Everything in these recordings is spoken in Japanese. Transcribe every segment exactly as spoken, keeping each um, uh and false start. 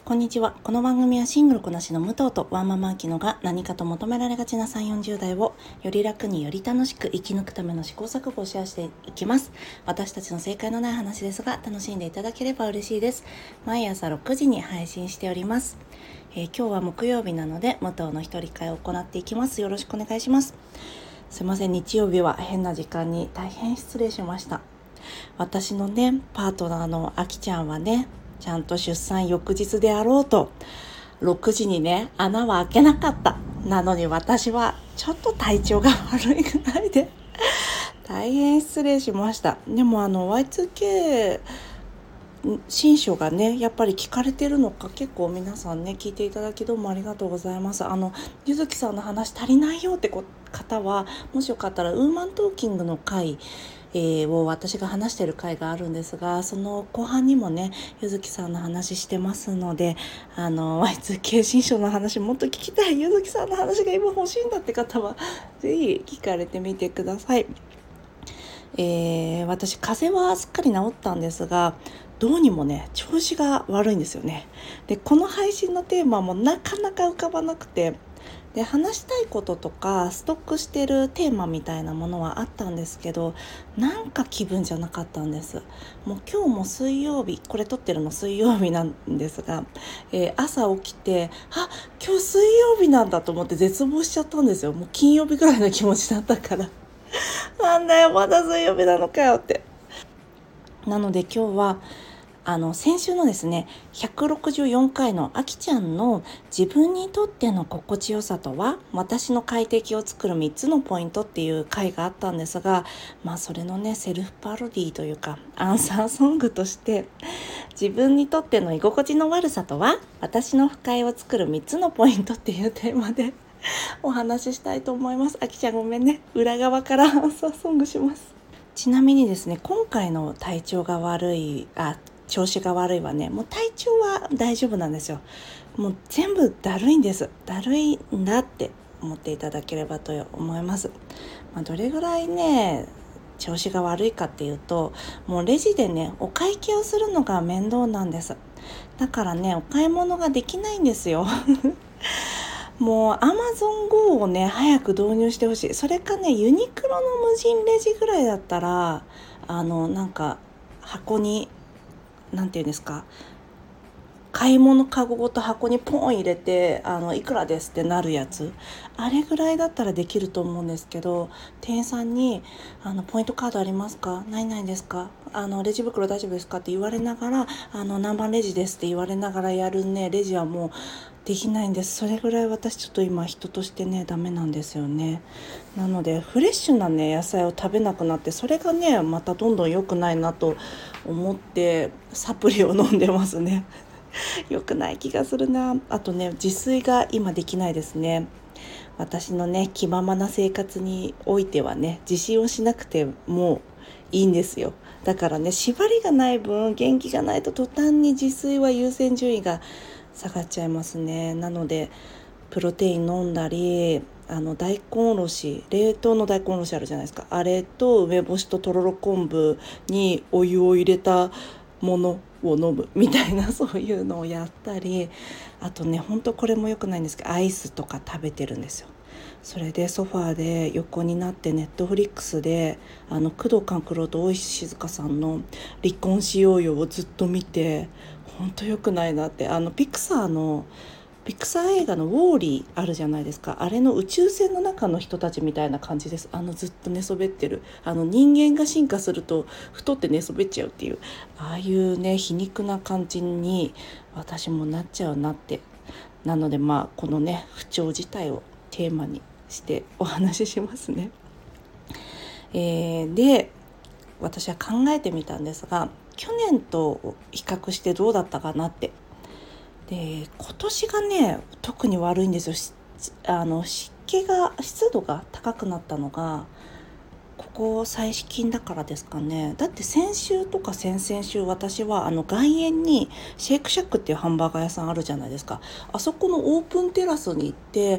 こんにちは。この番組はシングルこなしの武藤とワンママアキノが何かと求められがちなさんじゅう、よんじゅう代をより楽により楽しく生き抜くための試行錯誤をシェアしていきます。私たちの正解のない話ですが、楽しんでいただければ嬉しいです。毎朝ろくじに配信しております。えー、今日は木曜日なので武藤の一人会を行っていきます。よろしくお願いします。すいません、日曜日は変な時間に大変失礼しました。私のねパートナーのあきちゃんはね、ちゃんと出産翌日であろうとろくじにね穴は開けなかった。なのに私はちょっと体調が悪いぐらいで大変失礼しました。でもあの ワイツーケー 新書がねやっぱり聞かれてるのか、結構皆さんね聞いていただきどうもありがとうございます。あのゆずきさんの話足りないよって方はもしよかったらウーマントーキングの回えー、を私が話している回があるんですが、その後半にもねゆずきさんの話してますので、あの ワイツーケー 新書の話もっと聞きたい、ゆずきさんの話が今欲しいんだって方はぜひ聞かれてみてください。えー、私風邪はすっかり治ったんですが、どうにもね調子が悪いんですよね。でこの配信のテーマもなかなか浮かばなくて、で話したいこととかストックしてるテーマみたいなものはあったんですけど、なんか気分じゃなかったんです。もう今日も水曜日、これ撮ってるの水曜日なんですが、えー、朝起きてあ今日水曜日なんだと思って絶望しちゃったんですよ。もう金曜日ぐらいの気持ちだったからなんだよまだ水曜日なのかよって。なので今日はあの先週のですねひゃくろくじゅうよんかいのあきちゃんの自分にとっての心地よさとは私の快適を作るみっつのポイントっていう回があったんですが、まあそれのねセルフパロディというかアンサーソングとして、自分にとっての居心地の悪さとは私の不快を作るみっつのポイントっていうテーマでお話ししたいと思います。あきちゃんごめんね、裏側からアンサーソングします。ちなみにですね、今回の体調が悪いあ調子が悪いはね、もう体調は大丈夫なんですよ。もう全部だるいんです。だるいんだって思っていただければと思います。まあ、どれぐらいね調子が悪いかっていうと、もうレジでねお会計をするのが面倒なんです。だからねお買い物ができないんですよもう アマゾンゴー をね早く導入してほしい。それかねユニクロの無人レジぐらいだったら、あのなんか箱になんていうんですか、買い物かごごと箱にポン入れてあのいくらですってなるやつ、あれぐらいだったらできると思うんですけど、店員さんにあのポイントカードありますか、ないないですか、あのレジ袋大丈夫ですかって言われながら、あの何番レジですって言われながらやるねレジはもうできないんです。それぐらい私ちょっと今人としてねダメなんですよね。なのでフレッシュなね野菜を食べなくなって、それがねまたどんどん良くないなと思ってサプリを飲んでますね良くない気がするな。あとね自炊が今できないですね。私のね気ままな生活においてはね自炊をしなくてもいいんですよ。だからね縛りがない分元気がないと途端に自炊は優先順位が下がっちゃいますね。なのでプロテイン飲んだり、あの大根おろし、冷凍の大根おろしあるじゃないですか、あれと梅干しととろろ昆布にお湯を入れたものを飲むみたいなそういうのをやったり、あとね本当これも良くないんですけどアイスとか食べてるんですよ。それでソファーで横になってネットフリックスであの工藤官九郎と大石静香さんの離婚しようよをずっと見て、本当良くないなって。あのピクサーのピクサー映画のウォーリーあるじゃないですか、あれの宇宙船の中の人たちみたいな感じです。あのずっと寝そべってる、あの人間が進化すると太って寝そべっちゃうっていう、ああいうね皮肉な感じに私もなっちゃうなって。なのでまあこのね不調自体をテーマにしてお話ししますね。えー、で私は考えてみたんですが、去年と比較してどうだったかなって。で今年がね特に悪いんですよ。あの湿気が湿度が高くなったのがここ最近だからですかね。だって先週とか先々週私はあの外苑にシェイクシャックっていうハンバーガー屋さんあるじゃないですか。あそこのオープンテラスに行って、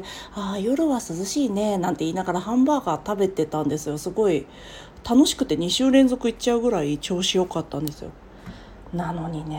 あ夜は涼しいねなんて言いながらハンバーガー食べてたんですよ。すごい楽しくてに週連続行っちゃうぐらい調子良かったんですよ。なのにね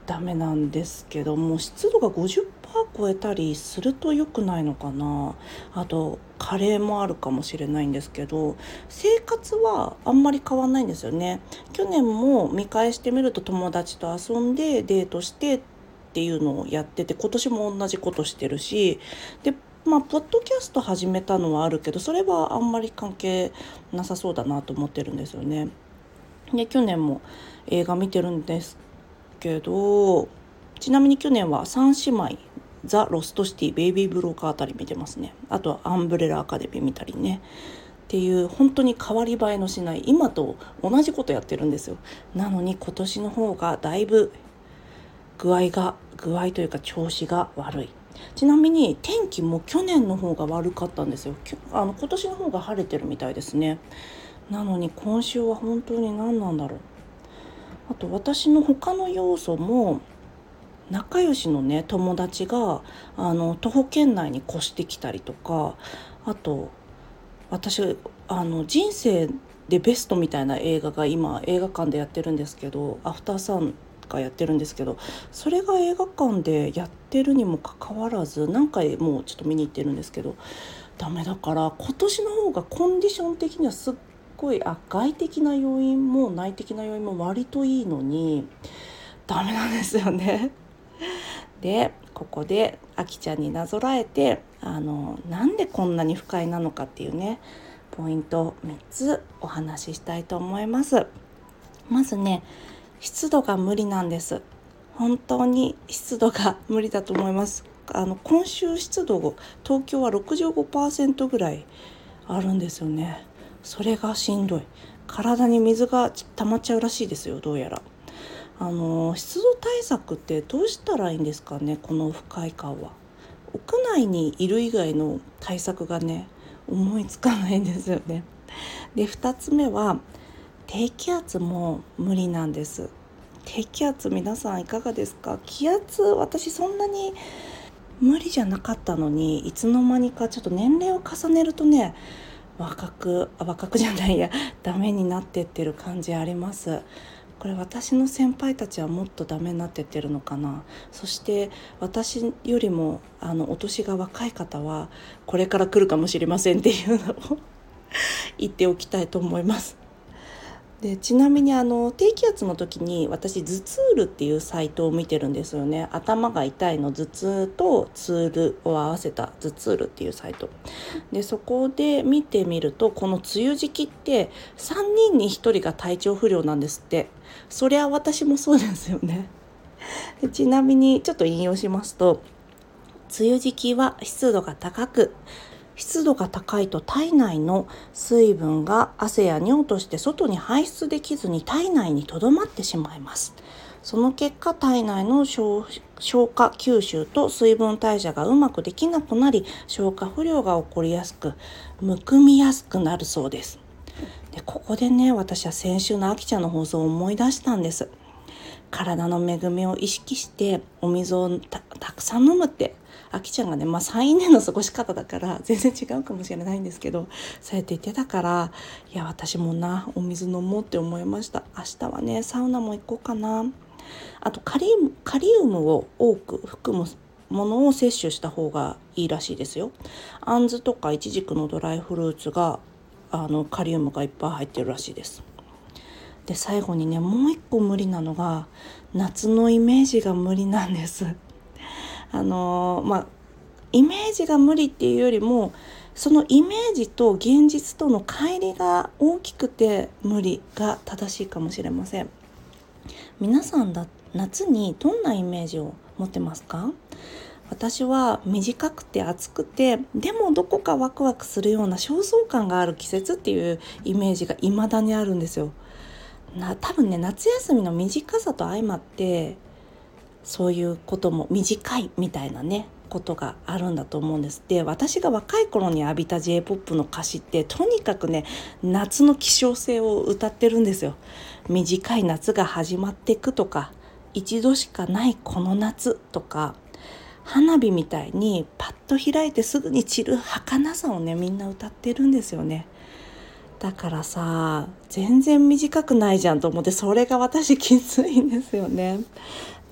ダメなんですけども、湿度が ごじゅっパーセント 超えたりすると良くないのかな。あと加齢もあるかもしれないんですけど、生活はあんまり変わんないんですよね。去年も見返してみると友達と遊んでデートしてっていうのをやってて、今年も同じことしてるし、でまあポッドキャスト始めたのはあるけど、それはあんまり関係なさそうだなと思ってるんですよね。で去年も映画見てるんですけど、ちなみに去年は三姉妹ザ・ロストシティ、ベイビー・ブローカーあたり見てますね。あとはアンブレラ・アカデミー見たりねっていう、本当に変わり映えのしない今と同じことやってるんですよ。なのに今年の方がだいぶ具合が具合というか調子が悪い。ちなみに天気も去年の方が悪かったんですよ。あの今年の方が晴れてるみたいですね。なのに今週は本当に何なんだろう。あと私の他の要素も、仲良しのね友達があの徒歩圏内に越してきたりとか、あと私あの人生でベストみたいな映画が今映画館でやってるんですけど、アフターサンがやってるんですけど、それが映画館でやってるにもかかわらず何回もうちょっと見に行ってるんですけど、ダメだから、今年の方がコンディション的にはすっごい、あ外的な要因も内的な要因も割といいのにダメなんですよね。でここであきちゃんになぞらえて、あのなんでこんなに不快なのかっていうねポイントをみっつお話ししたいと思います。まずね、湿度が無理なんです。本当に湿度が無理だと思います。あの今週湿度東京は ろくじゅうごパーセント ぐらいあるんですよね。それがしんどい。体に水が溜まっちゃうらしいですよ、どうやら。あの湿度対策ってどうしたらいいんですかね、この不快感は。屋内にいる以外の対策がね思いつかないんですよね。でふたつめは低気圧も無理なんです。低気圧皆さんいかがですか？気圧、私そんなに無理じゃなかったのに、いつの間にかちょっと年齢を重ねるとね若くあ若くじゃないやダメになってってる感じあります。これ私の先輩たちはもっとダメになってってるのかな。そして私よりもあのお年が若い方はこれから来るかもしれませんっていうのを言っておきたいと思います。でちなみにあの低気圧の時に私頭痛ールっていうサイトを見てるんですよね。頭が痛いの頭痛とツールを合わせた頭痛ールっていうサイトで、そこで見てみると、この梅雨時期ってさんにんにひとりが体調不良なんですって。そりゃ私もそうですよね。でちなみにちょっと引用しますと、梅雨時期は湿度が高く、湿度が高いと体内の水分が汗や尿として外に排出できずに体内に留まってしまいます。その結果、体内の消化吸収と水分代謝がうまくできなくなり、消化不良が起こりやすく、むくみやすくなるそうです。でここでね、私は先週のあきちゃんの放送を思い出したんです。体の恵みを意識してお水を た, たくさん飲むって、あきちゃんがね、まあさんいねんの過ごし方だから全然違うかもしれないんですけど、そうやって言ってたから、いや私もなお水飲もうって思いました。明日はねサウナも行こうかな。あとカリウム、カリウムを多く含むものを摂取した方がいいらしいですよ。あんずとかイチジクのドライフルーツがあのカリウムがいっぱい入ってるらしいです。で最後にね、もう一個無理なのが夏のイメージが無理なんです。あのー、まあイメージが無理っていうよりも、そのイメージと現実との乖離が大きくて無理が正しいかもしれません。皆さんだ夏にどんなイメージを持ってますか？私は短くて暑くて、でもどこかワクワクするような焦燥感がある季節っていうイメージが未だにあるんですよ。な多分ね、夏休みの短さと相まってそういうことも短いみたいなねことがあるんだと思うんです。で私が若い頃に浴びた J-ポップ の歌詞ってとにかくね夏の希少性を歌ってるんですよ。短い夏が始まっていくとか、一度しかないこの夏とか、花火みたいにパッと開いてすぐに散る儚さをねみんな歌ってるんですよね。だからさ全然短くないじゃんと思って、それが私きついんですよね。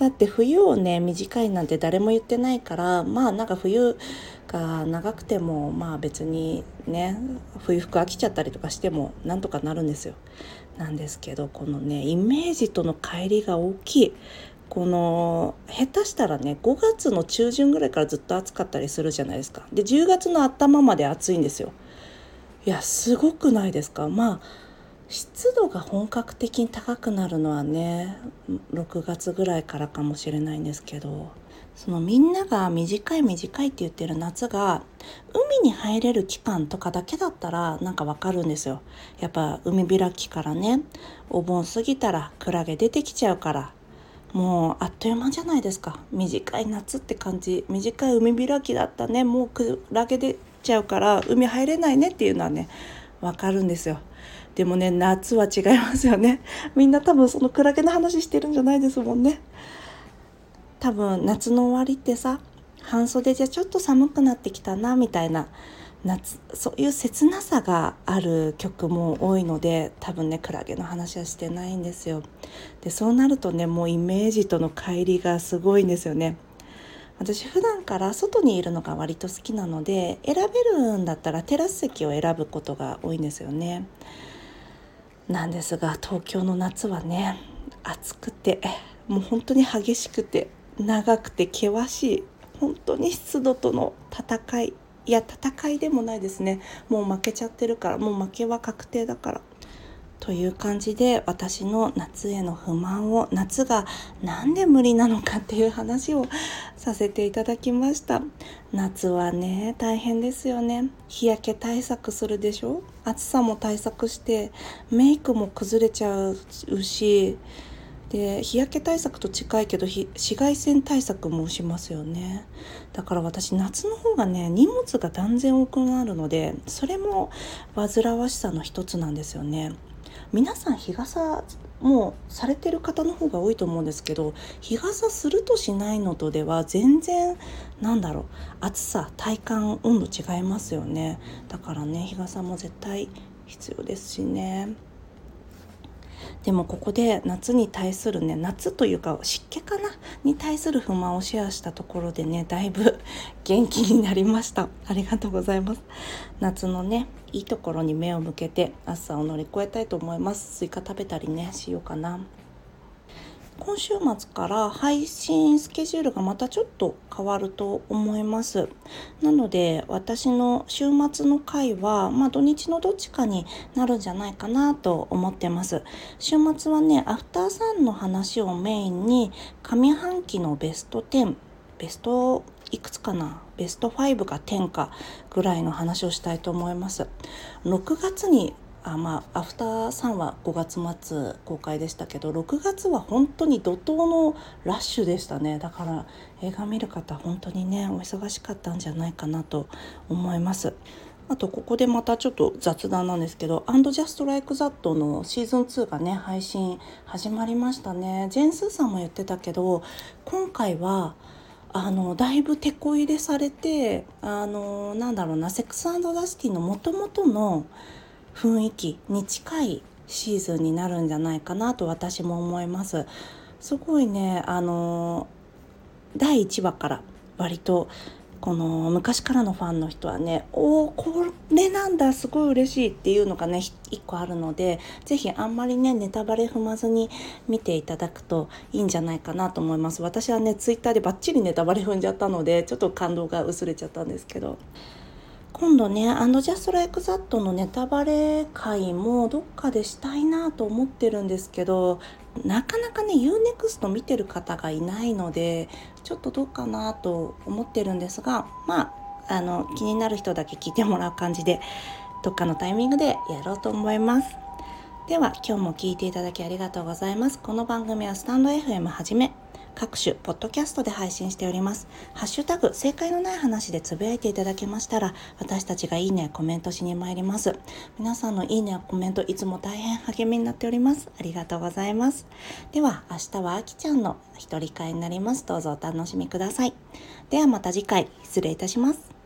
だって冬をね短いなんて誰も言ってないから、まあなんか冬が長くてもまあ別にね冬服飽きちゃったりとかしてもなんとかなるんですよ。なんですけどこのねイメージとの乖離が大きい。この下手したらねごがつの中旬ぐらいからずっと暑かったりするじゃないですか。でじゅうがつの頭まで暑いんですよ。いやすごくないですか。まあ湿度が本格的に高くなるのはねろくがつぐらいからかもしれないんですけど、そのみんなが短い短いって言ってる夏が海に入れる期間とかだけだったらなんかわかるんですよ。やっぱ海開きからねお盆過ぎたらクラゲ出てきちゃうから、もうあっという間じゃないですか。短い夏って感じ。短い海開きだったね、もうクラゲ出ちゃうから海入れないねっていうのはねわかるんですよ。でもね夏は違いますよね。みんな多分そのクラゲの話してるんじゃないですもんね。多分夏の終わりってさ、半袖じゃちょっと寒くなってきたなみたいな夏、そういう切なさがある曲も多いので、多分ねクラゲの話はしてないんですよ。でそうなるとねもうイメージとの乖離がすごいんですよね。私普段から外にいるのが割と好きなので、選べるんだったらテラス席を選ぶことが多いんですよね。なんですが東京の夏はね暑くてもう本当に激しくて長くて険しい、本当に湿度との戦い、いや戦いでもないですね、もう負けちゃってるから、もう負けは確定だからという感じで、私の夏への不満を、夏がなんで無理なのかっていう話をさせていただきました。夏はね大変ですよね。日焼け対策するでしょ、暑さも対策してメイクも崩れちゃうし、で日焼け対策と近いけど紫外線対策もしますよね。だから私夏の方がね荷物が断然多くなるので、それも煩わしさの一つなんですよね。皆さん日傘もうされてる方の方が多いと思うんですけど、日傘するとしないのとでは全然なんだろう暑さ体感温度違いますよね。だからね日傘も絶対必要ですしね。でもここで夏に対するね、夏というか湿気かなに対する不満をシェアしたところでね、だいぶ元気になりました。ありがとうございます。夏のねいいところに目を向けて暑さを乗り越えたいと思います。スイカ食べたりねしようかな。今週末から配信スケジュールがまたちょっと変わると思います。なので私の週末の回は、まあ、土日のどっちかになるんじゃないかなと思ってます。週末はねアフターさんの話をメインに上半期のベストじゅう、ベストいくつかな、ベストごかじゅうかぐらいの話をしたいと思います。ろくがつにあまあ、アフターさんはごがつ末公開でしたけど、ろくがつは本当に怒涛のラッシュでしたね。だから映画見る方本当にねお忙しかったんじゃないかなと思います。あとここでまたちょっと雑談なんですけど、 And Just Like That のシーズンツーがね配信始まりましたね。ジェーンスーさんも言ってたけど、今回はあのだいぶ手こ入れされて、あのなんだろうな、セックス&ザシティの元々の雰囲気に近いシーズンになるんじゃないかなと私も思います。すごいね、あのだいいちわから割とこの昔からのファンの人はね、おーこれなんだすごい嬉しいっていうのがねいっこあるので、ぜひあんまりねネタバレ踏まずに見ていただくといいんじゃないかなと思います。私はねツイッターでバッチリネタバレ踏んじゃったのでちょっと感動が薄れちゃったんですけど、今度ね、アンドジャストライクザットのネタバレ会もどっかでしたいなと思ってるんですけど、なかなかね ユーネクスト 見てる方がいないので、ちょっとどうかなと思ってるんですが、まあ、あの気になる人だけ聞いてもらう感じで、どっかのタイミングでやろうと思います。では今日も聞いていただきありがとうございます。この番組はスタンド エフエム はじめ各種ポッドキャストで配信しております。ハッシュタグ正解のない話でつぶやいていただけましたら、私たちがいいねコメントしに参ります。皆さんのいいねコメントいつも大変励みになっております。ありがとうございます。では明日はあきちゃんの一人会になります。どうぞお楽しみください。ではまた次回失礼いたします。